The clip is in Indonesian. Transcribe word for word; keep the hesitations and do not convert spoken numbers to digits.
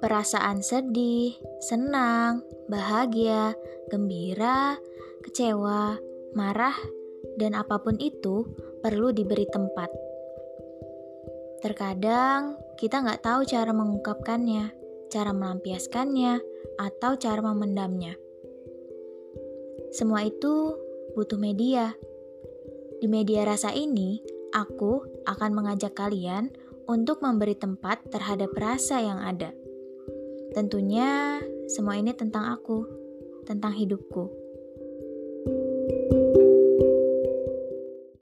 Perasaan sedih, senang, bahagia, gembira, kecewa, marah, dan apapun itu perlu diberi tempat. Terkadang kita nggak tahu cara mengungkapkannya, cara melampiaskannya, atau cara memendamnya. Semua itu butuh media. Di media rasa ini, aku akan mengajak kalian untuk memberi tempat terhadap rasa yang ada. Tentunya semua ini tentang aku, tentang hidupku.